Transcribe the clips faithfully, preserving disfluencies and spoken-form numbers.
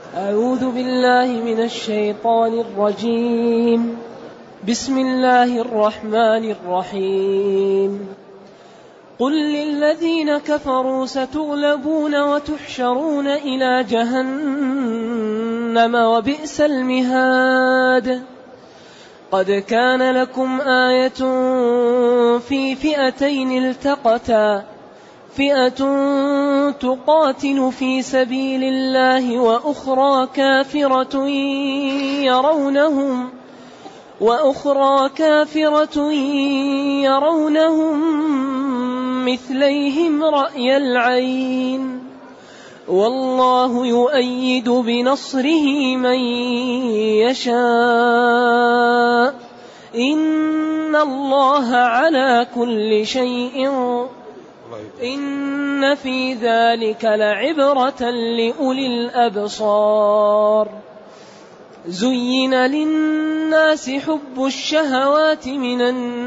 أعوذ بالله من الشيطان الرجيم. بسم الله الرحمن الرحيم. قل للذين كفروا ستغلبون وتحشرون إلى جهنم وبئس المهاد. قد كان لكم آية في فئتين التقتا، فئة تقاتل في سبيل الله وأخرى كافرة يرونهم وأخرى كافرة يرونهم مثليهم رأي العين، والله يؤيد بنصره من يشاء، إن الله على كل شيء، إن في ذلك لعبرة لأولي الأبصار. زين للناس حب الشهوات من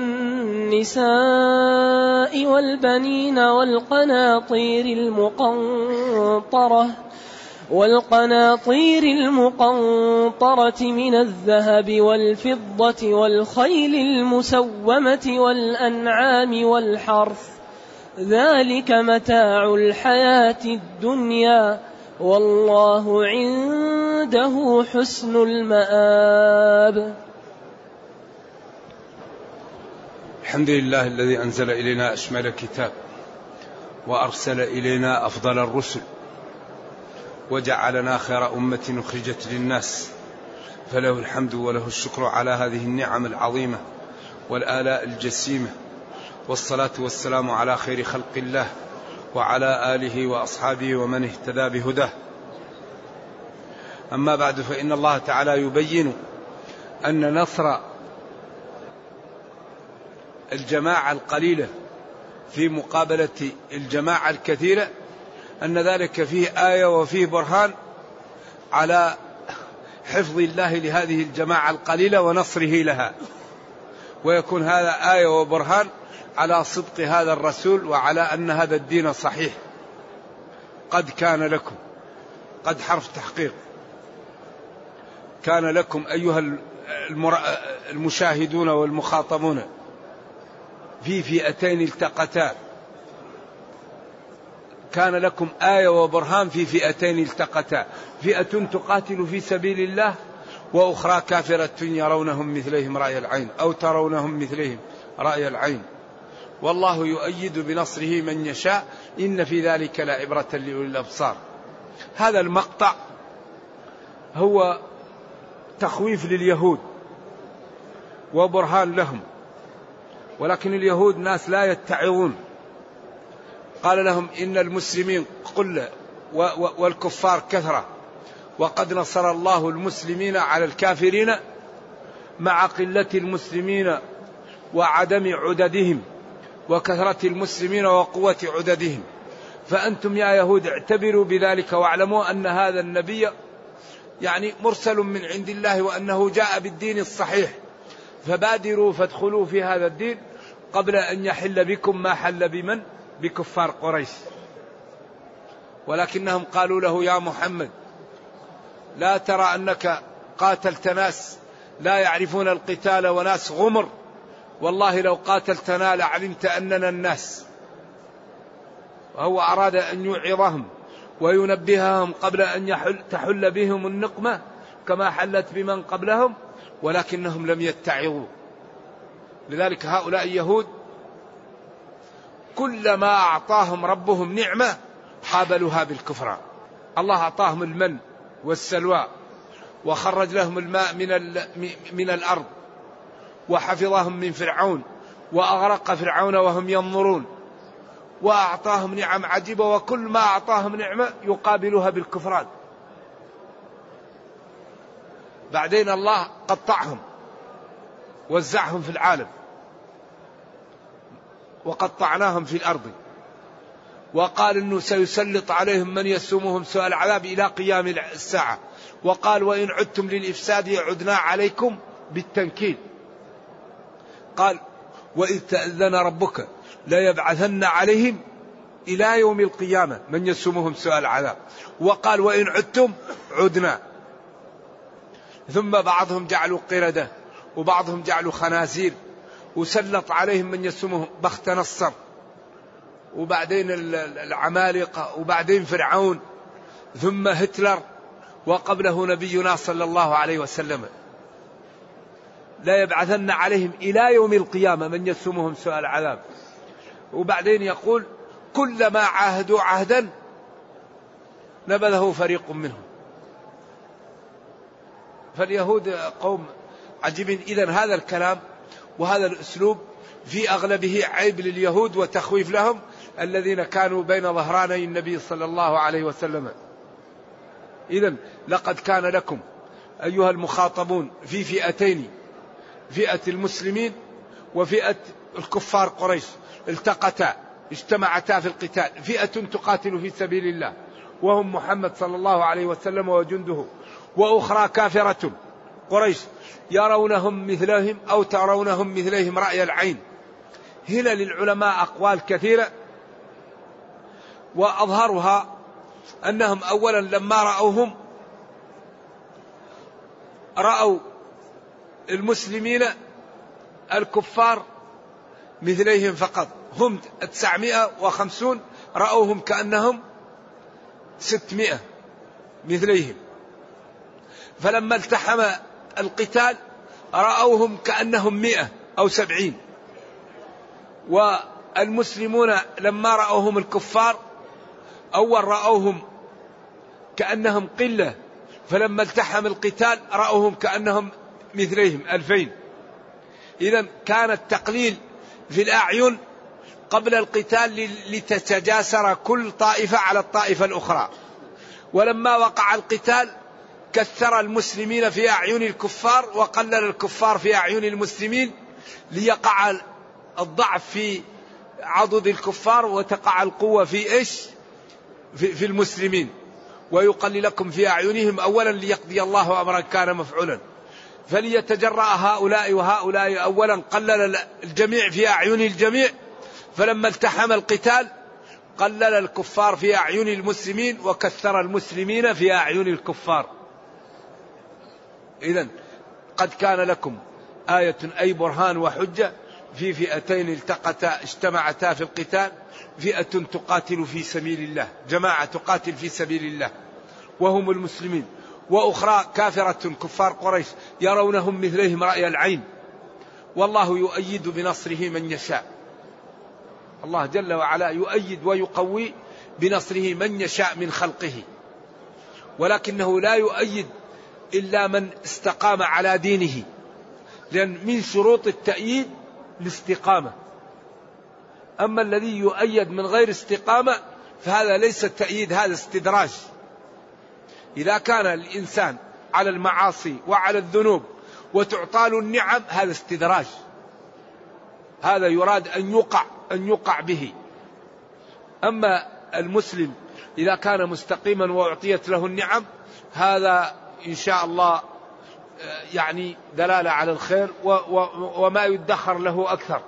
النساء والبنين والقناطير المقنطرة والقناطير المقنطرة من الذهب والفضة والخيل المسومة والأنعام والحرث، ذلك متاع الحياة الدنيا، والله عنده حسن المآب. الحمد لله الذي أنزل إلينا أشمل كتاب وأرسل إلينا أفضل الرسل وجعلنا خير أمة أخرجت للناس، فله الحمد وله الشكر على هذه النعم العظيمة والآلاء الجسيمة، والصلاة والسلام على خير خلق الله وعلى آله وأصحابه ومن اهتدى بهداه. أما بعد، فإن الله تعالى يبين أن نصر الجماعة القليلة في مقابلة الجماعة الكثيرة أن ذلك فيه آية وفيه برهان على حفظ الله لهذه الجماعة القليلة ونصره لها، ويكون هذا آية وبرهان على صدق هذا الرسول وعلى أن هذا الدين صحيح. قد كان لكم، قد حرف تحقيق، كان لكم أيها المشاهدون والمخاطبون في فئتين التقتا، كان لكم آية وبرهان في فئتين التقتا، فئة تقاتل في سبيل الله وأخرى كافرة يرونهم مثليهم رأي العين، أو ترونهم مثليهم رأي العين، والله يؤيد بنصره من يشاء، إن في ذلك لعبرة لأولي الأبصار. هذا المقطع هو تخويف لليهود وبرهان لهم، ولكن اليهود ناس لا يتعظون. قال لهم إن المسلمين قلة والكفار كثرة، وقد نصر الله المسلمين على الكافرين مع قلة المسلمين وعدم عددهم وكثرة المسلمين وقوة عددهم، فأنتم يا يهود اعتبروا بذلك واعلموا أن هذا النبي يعني مرسل من عند الله وأنه جاء بالدين الصحيح، فبادروا فادخلوا في هذا الدين قبل أن يحل بكم ما حل بمن؟ بكفار قريش. ولكنهم قالوا له يا محمد لا ترى أنك قاتلت ناس لا يعرفون القتال وناس غمر، والله لو قاتلتنا لعلمت أننا الناس. وهو أراد أن يوعظهم وينبههم قبل أن يحل تحل بهم النقمة كما حلت بمن قبلهم، ولكنهم لم يتعظوا. لذلك هؤلاء اليهود كلما أعطاهم ربهم نعمة قابلوها بالكفر. الله أعطاهم المن والسلوى وخرج لهم الماء من, من الأرض وحفظهم من فرعون وأغرق فرعون وهم ينظرون، وأعطاهم نعم عجيبة، وكل ما أعطاهم نعمة يقابلها بالكفران. بعدين الله قطعهم وزعهم في العالم وقطعناهم في الأرض، وقال إنه سيسلط عليهم من يسومهم سوء العذاب إلى قيام الساعة، وقال وإن عدتم للإفساد عدنا عليكم بالتنكيل. قال وإذ تأذن ربك لا يبعثن عليهم إلى يوم القيامة من يسومهم سوء العذاب. وقال وإن عدتم عدنا. ثم بعضهم جعلوا قردة وبعضهم جعلوا خنازير، وسلط عليهم من يسومهم بخت نصر، وبعدين العمالقة، وبعدين فرعون، ثم هتلر، وقبله نبينا صلى الله عليه وسلم. لا يبعثن عليهم إلى يوم القيامة من يسومهم سوء العذاب. وبعدين يقول كلما عاهدوا عهدا نبذه فريق منهم. فاليهود قوم عجيبين. إذن هذا الكلام وهذا الأسلوب في أغلبه عيب لليهود وتخويف لهم الذين كانوا بين ظهراني النبي صلى الله عليه وسلم. إذن لقد كان لكم أيها المخاطبون في فئتين، فئة المسلمين وفئة الكفار قريش، التقتا اجتمعتا في القتال. فئة تقاتل في سبيل الله وهم محمد صلى الله عليه وسلم وجنده، وأخرى كافرة قريش يرونهم مثلهم أو ترونهم مثلهم رأي العين. هنا للعلماء أقوال كثيرة، وأظهرها أنهم أولا لما رأوهم رأوا المسلمين الكفار مثليهم فقط، هم تسعمائة وخمسون رأوهم كأنهم ستمائة مثليهم. فلما التحم القتال رأوهم كأنهم مئة أو سبعين. والمسلمون لما رأوهم الكفار أول رأوهم كأنهم قلة، فلما التحم القتال رأوهم كأنهم مثليهم ألفين. إذن كان التقليل في الأعين قبل القتال لتتجاسر كل طائفة على الطائفة الأخرى، ولما وقع القتال كثر المسلمين في أعين الكفار وقلل الكفار في أعين المسلمين، ليقع الضعف في عضد الكفار وتقع القوة في إيش؟ في, في المسلمين، ويقللكم في أعينهم أولا ليقضي الله أمرا كان مفعولا. فليتجرأ هؤلاء وهؤلاء أولا، قلل الجميع في أعين الجميع، فلما التحم القتال قلل الكفار في أعين المسلمين وكثر المسلمين في أعين الكفار. إذن قد كان لكم آية أي برهان وحجة في فئتين التقتا اجتمعتا في القتال، فئة تقاتل في سبيل الله، جماعة تقاتل في سبيل الله وهم المسلمين، وأخرى كافرة كفار قريش يرونهم مثلهم رأي العين، والله يؤيد بنصره من يشاء. الله جل وعلا يؤيد ويقوي بنصره من يشاء من خلقه، ولكنه لا يؤيد إلا من استقام على دينه، لأن من شروط التأييد الاستقامة. أما الذي يؤيد من غير استقامة فهذا ليس التأييد، هذا استدراج. إذا كان الإنسان على المعاصي وعلى الذنوب وتعطى له النعم هذا استدراج، هذا يراد أن يقع أن يقع به. أما المسلم إذا كان مستقيما وأعطيت له النعم هذا إن شاء الله يعني دلالة على الخير وما يدخر له أكثر.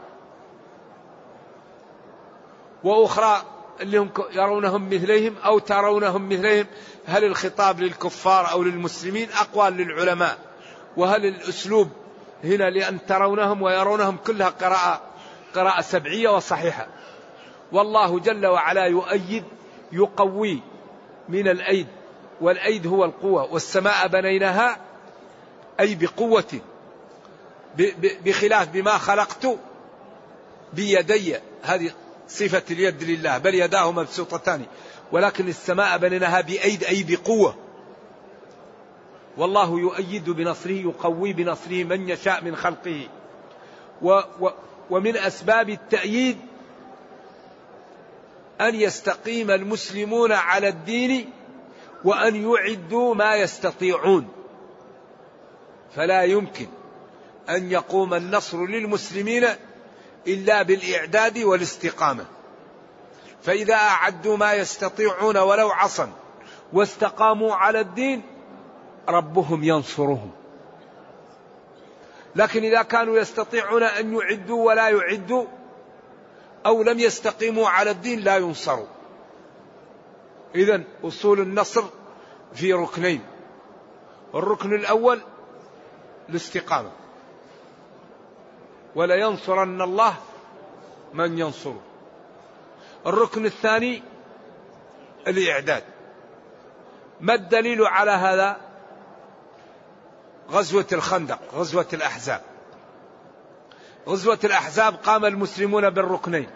وأخرى اللي هم يرونهم مثليهم أو ترونهم مثليهم، هل الخطاب للكفار أو للمسلمين؟ أقوال للعلماء. وهل الأسلوب هنا لأن ترونهم ويرونهم كلها قراءة قراءة سبعية وصحيحة. والله جل وعلا يؤيد يقوي من الأيد، والأيد هو القوة، والسماء بنيناها أي بقوة، بخلاف بما خلقت بيدي، هذه صفة اليد لله، بل يداه مبسوطتان، ولكن السماء بنيناها بأيد أي بقوة. والله يؤيد بنصره يقوي بنصره من يشاء من خلقه. و و ومن أسباب التأييد أن يستقيم المسلمون على الدين وأن يعدوا ما يستطيعون، فلا يمكن أن يقوم النصر للمسلمين إلا بالإعداد والاستقامة. فإذا أعدوا ما يستطيعون ولو عصا واستقاموا على الدين ربهم ينصرهم. لكن إذا كانوا يستطيعون أن يعدوا ولا يعدوا أو لم يستقيموا على الدين لا ينصروا. إذن أصول النصر في ركنين: الركن الأول الاستقامة، ولا ينصرن الله من ينصره. الركن الثاني الإعداد. ما الدليل على هذا؟ غزوة الخندق، غزوة الأحزاب. غزوة الأحزاب قام المسلمون بالركنين: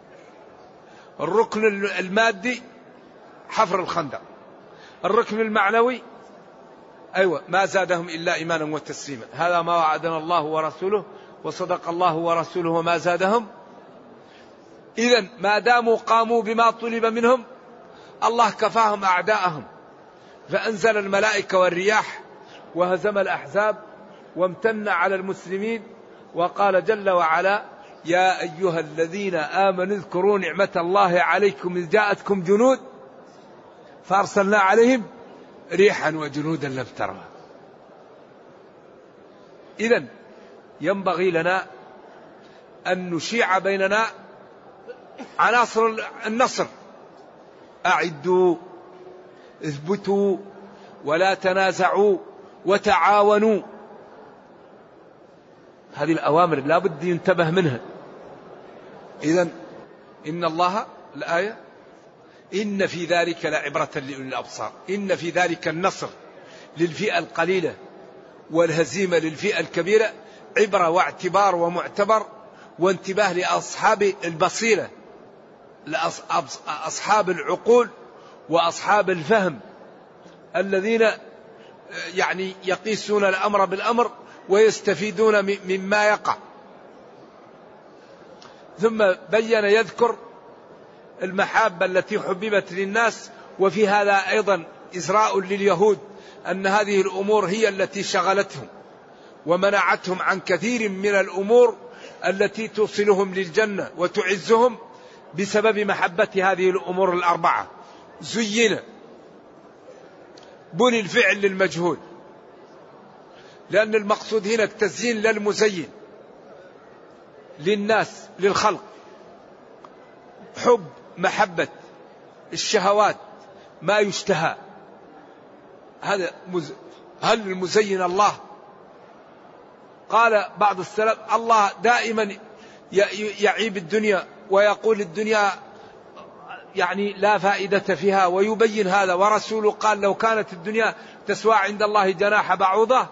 الركن المادي حفر الخندق، الركن المعنوي أيوة ما زادهم إلا إيمانا وتسليما، هذا ما وعدنا الله ورسوله وصدق الله ورسوله وما زادهم. إذن ما داموا قاموا بما طلب منهم الله كفاهم أعداءهم، فأنزل الملائكة والرياح وهزم الأحزاب وامتن على المسلمين، وقال جل وعلا: يا أيها الذين آمنوا اذكروا نعمة الله عليكم إذ جاءتكم جنود فأرسلنا عليهم ريحا وجنودا لم تروها. إذن ينبغي لنا أن نشيع بيننا عناصر النصر: أعدوا، اثبتوا، ولا تنازعوا، وتعاونوا. هذه الأوامر لا بد ينتبه منها. إذن إن الله الآية: إن في ذلك لعبرة لأولي الأبصار. إن في ذلك النصر للفئة القليلة والهزيمة للفئة الكبيرة عبرة واعتبار ومعتبر وانتباه لأصحاب البصيرة، لأصحاب العقول وأصحاب الفهم، الذين يعني يقيسون الأمر بالأمر ويستفيدون مما يقع. ثم بين يذكر المحابة التي حببت للناس، وفي هذا أيضا إزراء لليهود أن هذه الأمور هي التي شغلتهم ومنعتهم عن كثير من الأمور التي توصلهم للجنة وتعزهم بسبب محبة هذه الأمور الأربعة. زين، بني الفعل للمجهول، لأن المقصود هنا التزيين للمزين للناس للخلق، حب محبة الشهوات ما يشتهى. هذا مز... هل المزين الله؟ قال بعض السلف: الله دائما يعيب الدنيا ويقول الدنيا يعني لا فائدة فيها، ويبين هذا، ورسوله قال: لو كانت الدنيا تسوى عند الله جناح بعوضة.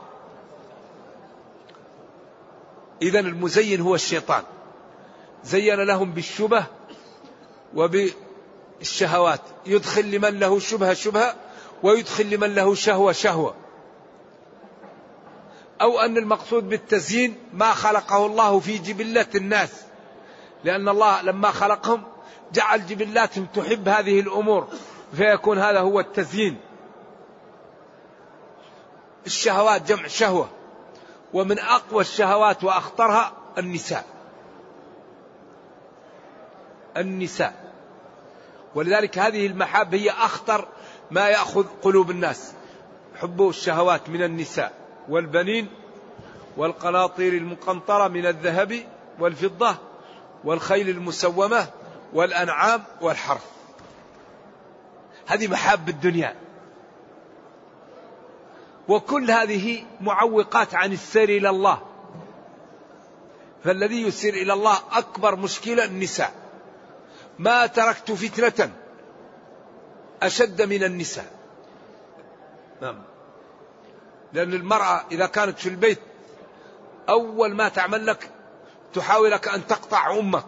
إذن المزين هو الشيطان، زين لهم بالشبه وبالشهوات، يدخل لمن له شبهة شبهة ويدخل لمن له شهوة شهوة. أو أن المقصود بالتزيين ما خلقه الله في جبلة الناس، لأن الله لما خلقهم جعل جبلاتهم تحب هذه الأمور، فيكون هذا هو التزيين. الشهوات جمع شهوة، ومن أقوى الشهوات وأخطرها النساء. النساء ولذلك هذه المحاب هي أخطر ما يأخذ قلوب الناس، حب الشهوات من النساء والبنين والقناطير المقنطرة من الذهب والفضة والخيل المسومة والأنعام والحرث. هذه محاب الدنيا، وكل هذه معوقات عن السير إلى الله. فالذي يسير إلى الله أكبر مشكلة النساء. ما تركت فتنة أشد من النساء. نعم. لأن المرأة إذا كانت في البيت أول ما تعمل لك تحاولك أن تقطع أمك،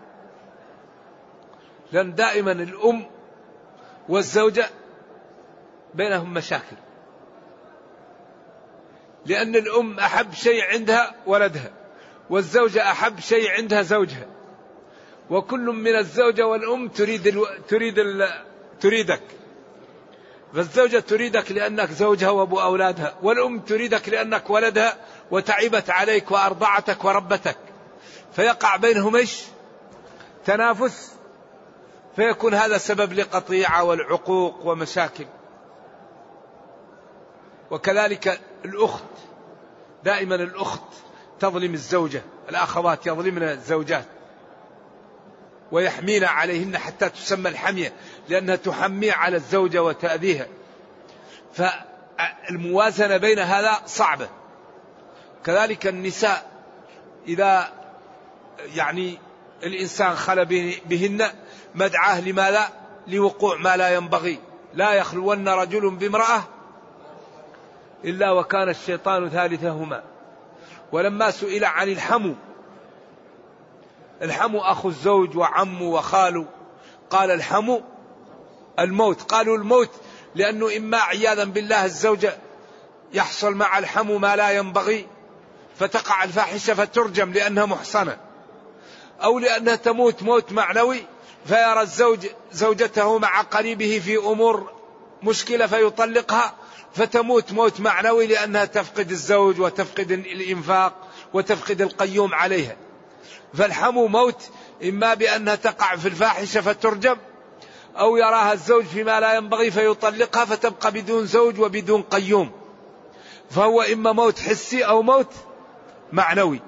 لأن دائما الأم والزوجة بينهم مشاكل، لأن الأم أحب شيء عندها ولدها، والزوجة أحب شيء عندها زوجها، وكل من الزوجة والأم تريد الو... تريد ال... تريدك. فالزوجة تريدك لأنك زوجها وأبو أولادها، والأم تريدك لأنك ولدها وتعبت عليك وأرضعتك وربتك، فيقع بينهم إيش؟ تنافس، فيكون هذا سبب لقطيعة والعقوق ومشاكل. وكذلك الأخت، دائما الأخت تظلم الزوجة، الأخوات يظلمن الزوجات. ويحمين عليهن حتى تسمى الحمية، لأنها تحمي على الزوجة وتأذيها. فالموازنة بين هذا صعبة. كذلك النساء إذا يعني الإنسان خلى بهن مدعاه لماذا؟ لوقوع ما لا ينبغي. لا يخلون رجل بامرأة إلا وكان الشيطان ثالثهما. ولما سئل عن الحمو، الحمو أخو الزوج وعمه وخاله، قال الحمو الموت. قالوا الموت لأنه إما عياذا بالله الزوجة يحصل مع الحمو ما لا ينبغي فتقع الفاحشة فترجم لأنها محصنة، أو لأنها تموت موت معنوي فيرى الزوج زوجته مع قريبه في أمور مشكلة فيطلقها فتموت موت معنوي لأنها تفقد الزوج وتفقد الإنفاق وتفقد القيوم عليها. فالحمو موت إما بأنها تقع في الفاحشة فترجم، أو يراها الزوج فيما لا ينبغي فيطلقها فتبقى بدون زوج وبدون قيوم. فهو إما موت حسي أو موت معنوي.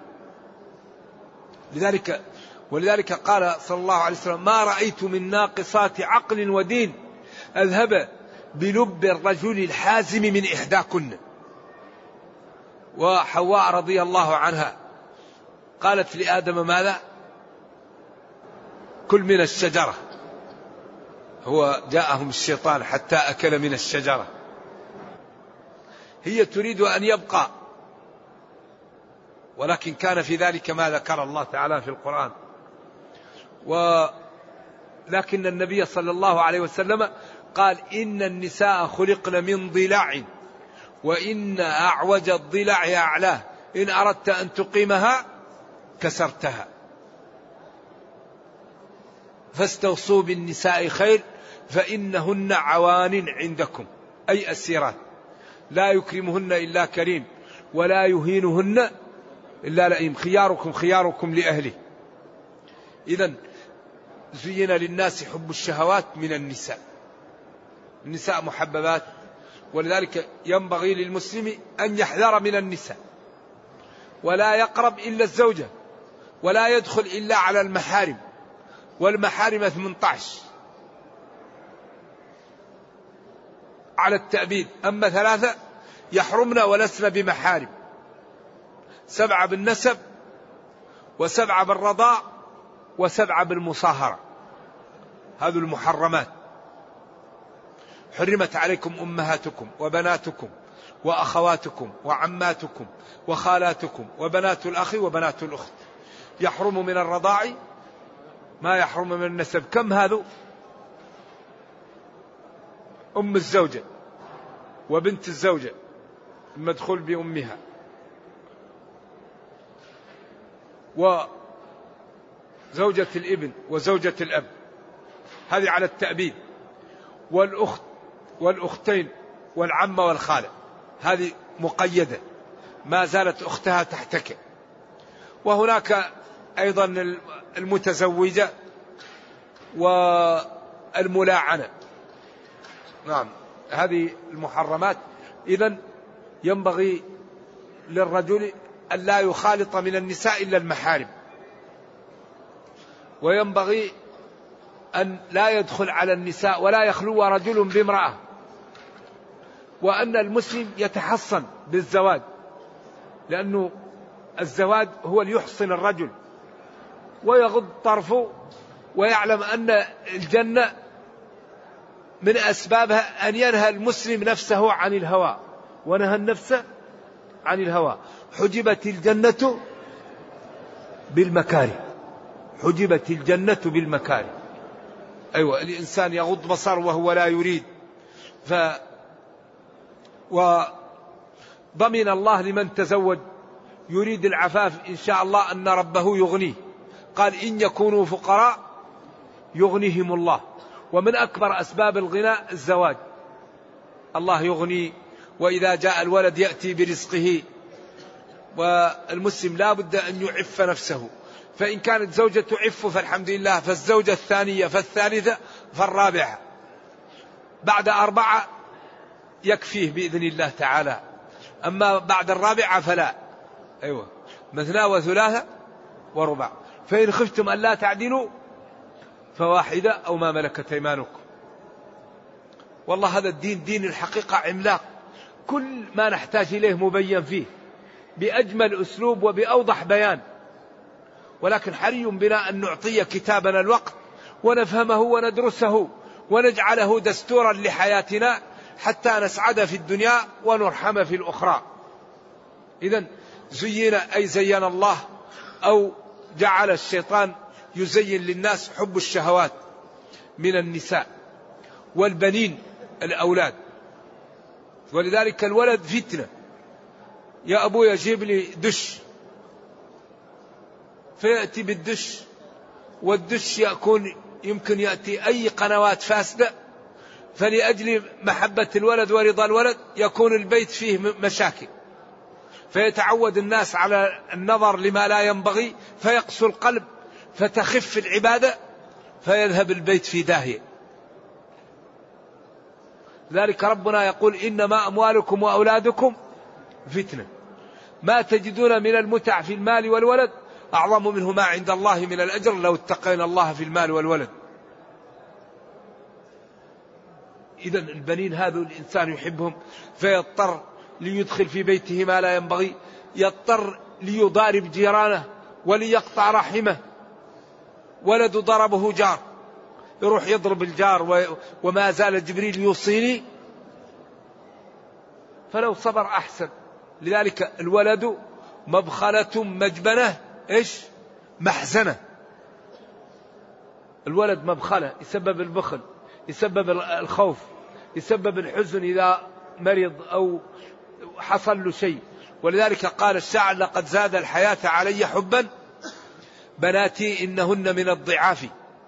لذلك ولذلك قال صلى الله عليه وسلم: ما رأيت من ناقصات عقل ودين أذهب بلب الرجل الحازم من إحداكن. وحواء رضي الله عنها قالت لآدم ماذا؟ كل من الشجرة. هو جاءهم الشيطان حتى أكل من الشجرة. هي تريد أن يبقى، ولكن كان في ذلك ما ذكر الله تعالى في القرآن. ولكن النبي صلى الله عليه وسلم قال: إن النساء خلقن من ضلع وإن أعوج الضلع أعلاه، إن أردت أن تقيمها كسرتها. فاستوصوا بالنساء خير فإنهن عوان عندكم، أي أسيرات، لا يكرمهن إلا كريم ولا يهينهن إلا لئيم. خياركم خياركم لأهله. إذن زين للناس حب الشهوات من النساء. النساء محببات، ولذلك ينبغي للمسلم أن يحذر من النساء، ولا يقرب إلا الزوجة، ولا يدخل إلا على المحارم، والمحارم ثمانية عشر على التأبيد. أما ثلاثة يحرمن ولسن بمحارم: سبعة بالنسب، وسبعة بالرضاع، وسبعة بالمصاهرة. هذه المحرمات. حرمت عليكم أمهاتكم وبناتكم وأخواتكم وعماتكم وخالاتكم وبنات الأخ وبنات الأخت. يحرم من الرضاع ما يحرم من النسب. كم هذا؟ أم الزوجة وبنت الزوجة المدخول بأمها، وزوجة الابن وزوجة الأب، هذه على التأبيد. والأخت والأختين والعمة والخالة، هذه مقيدة ما زالت أختها تحتك. وهناك أيضا المتزوجة والملاعنة. نعم، هذه المحرمات. إذن ينبغي للرجل أن لا يخالط من النساء إلا المحارم، وينبغي أن لا يدخل على النساء ولا يخلو رجل بامرأة، وأن المسلم يتحصن بالزواج، لأنه الزواج هو اللي يحصن الرجل ويغض طرفه، ويعلم أن الجنة من أسبابها أن ينهى المسلم نفسه عن الهوى، ونهى النفس عن الهوى. حجبت الجنة بالمكاره، حجبت الجنة بالمكاره. أيوة، الإنسان يغض بصر وهو لا يريد. ف وضمن الله لمن تزوج يريد العفاف إن شاء الله أن ربه يغنيه. قال: إن يكونوا فقراء يغنيهم الله. ومن أكبر أسباب الغناء الزواج. الله يغني، وإذا جاء الولد يأتي برزقه. والمسلم لا بد أن يعف نفسه، فإن كانت زوجة تعف فالحمد لله، فالزوجة الثانية فالثالثة فالرابعة، بعد أربعة يكفيه بإذن الله تعالى، أما بعد الرابعة فلا. أيوة، مثنى وثلاثة ورباع. فإن خفتم أن لا تعدلوا فواحدة أو ما ملكت أيمانكم. والله هذا الدين دين الحقيقة عملاق، كل ما نحتاج إليه مبين فيه بأجمل أسلوب وبأوضح بيان، ولكن حري بنا أن نعطي كتابنا الوقت ونفهمه وندرسه ونجعله دستورا لحياتنا حتى نسعد في الدنيا ونرحم في الأخرى. إذن زين أي زين الله أو جعل الشيطان يزين للناس حب الشهوات من النساء والبنين الأولاد، ولذلك الولد فتنة. يا أبو يجيب لي دش، فيأتي بالدش، والدش يكون يمكن يأتي أي قنوات فاسدة، فلأجل محبة الولد ورضا الولد يكون البيت فيه مشاكل، فيتعود الناس على النظر لما لا ينبغي فيقسو القلب فتخف العبادة فيذهب البيت في داهية. ذلك ربنا يقول إنما أموالكم وأولادكم فتنة، ما تجدون من المتع في المال والولد أعظم منه ما عند الله من الأجر لو اتقينا الله في المال والولد. إذن البنين هذا الإنسان يحبهم فيضطر ليدخل في بيته ما لا ينبغي، يضطر ليضارب جيرانه وليقطع رحمه. ولد ضربه جار يروح يضرب الجار وما زال جبريل يوصيني، فلو صبر أحسن. لذلك الولد مبخلة مجبنة إيش محزنة. الولد مبخلة يسبب البخل، يسبب الخوف، يسبب الحزن إذا مرض أو حصل له شيء. ولذلك قال الشاعر لقد زاد الحياة علي حبا بناتي إنهن من الضعاف.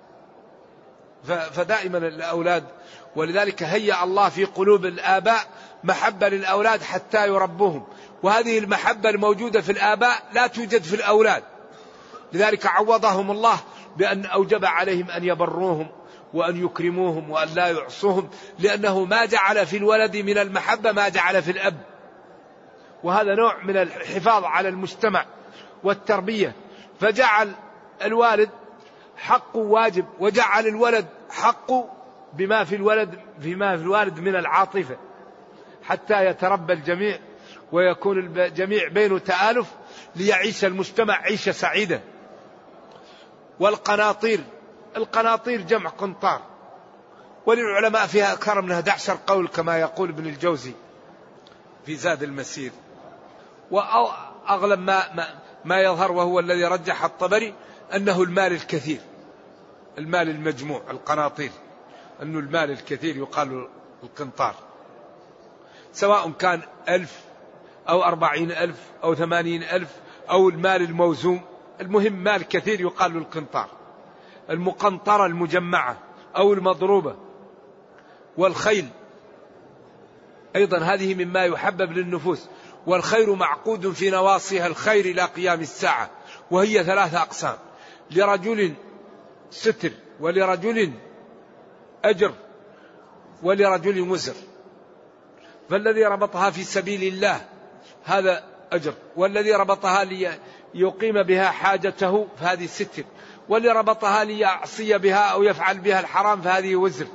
فدائما الأولاد، ولذلك هيأ الله في قلوب الآباء محبة للأولاد حتى يربوهم، وهذه المحبة الموجودة في الآباء لا توجد في الأولاد. لذلك عوضهم الله بأن أوجب عليهم أن يبروهم وأن يكرموهم وأن لا يعصوهم، لأنه ما جعل في الولد من المحبة ما جعل في الأب، وهذا نوع من الحفاظ على المجتمع والتربية. فجعل الوالد حق واجب، وجعل الولد حق بما في الولد فيما في الوالد من العاطفة حتى يتربى الجميع ويكون الجميع بينه تآلف ليعيش المجتمع عيشة سعيدة. والقناطير، القناطير جمع قنطار، وللعلماء فيها أكثر من أحد عشر قول كما يقول ابن الجوزي في زاد المسير. وأغلب ما, ما, ما يظهر وهو الذي رجح الطبري أنه المال الكثير، المال المجموع القناطير، أنه المال الكثير يقال القنطار، سواء كان ألف أو أربعين ألف أو ثمانين ألف أو المال الموزوم، المهم مال كثير يقال له القنطار. المقنطرة المجمعة أو المضروبة. والخيل أيضا هذه مما يحبب للنفوس. والخير معقود في نواصيها الخير إلى قيام الساعة، وهي ثلاثة أقسام: لرجل ستر، ولرجل أجر، ولرجل وزر. فالذي ربطها في سبيل الله هذا أجر، والذي ربطها ليقيم بها حاجته فهذه ستر، واللي ربطها ليعصي بها أو يفعل بها الحرام فهذه وزر.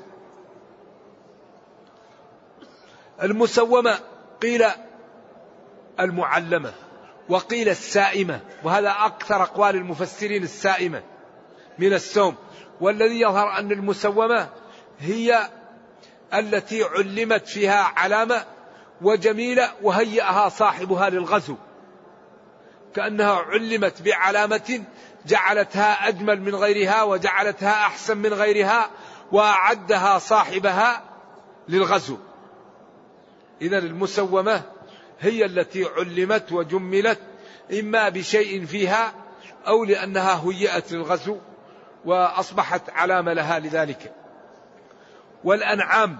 المسومة قيل المعلمة وقيل السائمة، وهذا أكثر أقوال المفسرين السائمة من السوم. والذي يظهر أن المسومة هي التي علمت فيها علامة وجميلة وهيئها صاحبها للغزو، كأنها علمت بعلامة جعلتها أجمل من غيرها وجعلتها أحسن من غيرها وأعدها صاحبها للغزو. إذن المسومة هي التي علمت وجملت إما بشيء فيها أو لأنها هيئت للغزو وأصبحت علامة لها لذلك. والأنعام،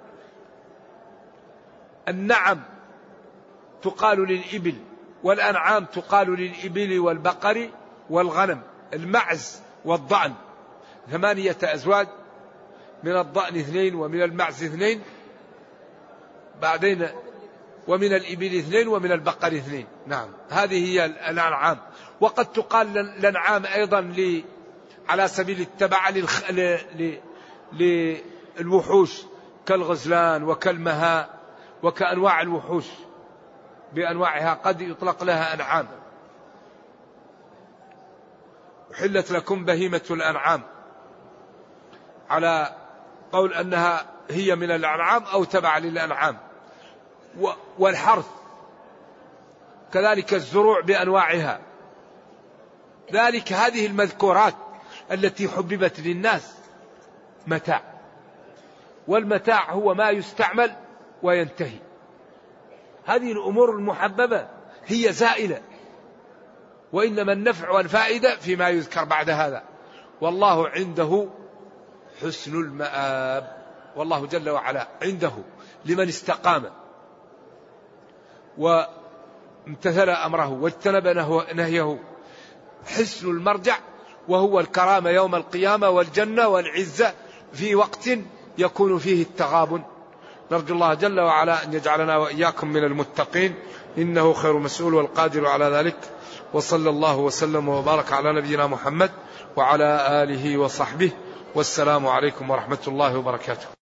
النعم تقال للإبل، والأنعام تقال للإبل والبقر والغنم. المعز والضأن ثمانية أزواج، من الضأن اثنين ومن المعز اثنين، بعدين ومن الإبل اثنين ومن البقر اثنين. نعم، هذه هي الأنعام. وقد تقال الأنعام أيضا على سبيل التبع للخ... ل... ل... للوحوش كالغزلان وكالمهاء وكأنواع الوحوش بأنواعها قد يطلق لها أنعام. أحلت لكم بهيمة الأنعام على قول أنها هي من الأنعام أو تبع للأنعام. والحرث كذلك الزروع بأنواعها. ذلك هذه المذكورات التي حببت للناس متاع، والمتاع هو ما يستعمل وينتهي. هذه الأمور المحببة هي زائلة، وإنما النفع والفائدة فيما يذكر بعد هذا. والله عنده حسن المآب، والله جل وعلا عنده لمن استقام وامتثل أمره واجتنب نهيه حسن المرجع، وهو الكرامة يوم القيامة والجنة والعزة في وقت يكون فيه التغابن. نرجو الله جل وعلا أن يجعلنا وإياكم من المتقين، إنه خير مسؤول والقادر على ذلك. وصلى الله وسلم وبارك على نبينا محمد وعلى آله وصحبه، والسلام عليكم ورحمة الله وبركاته.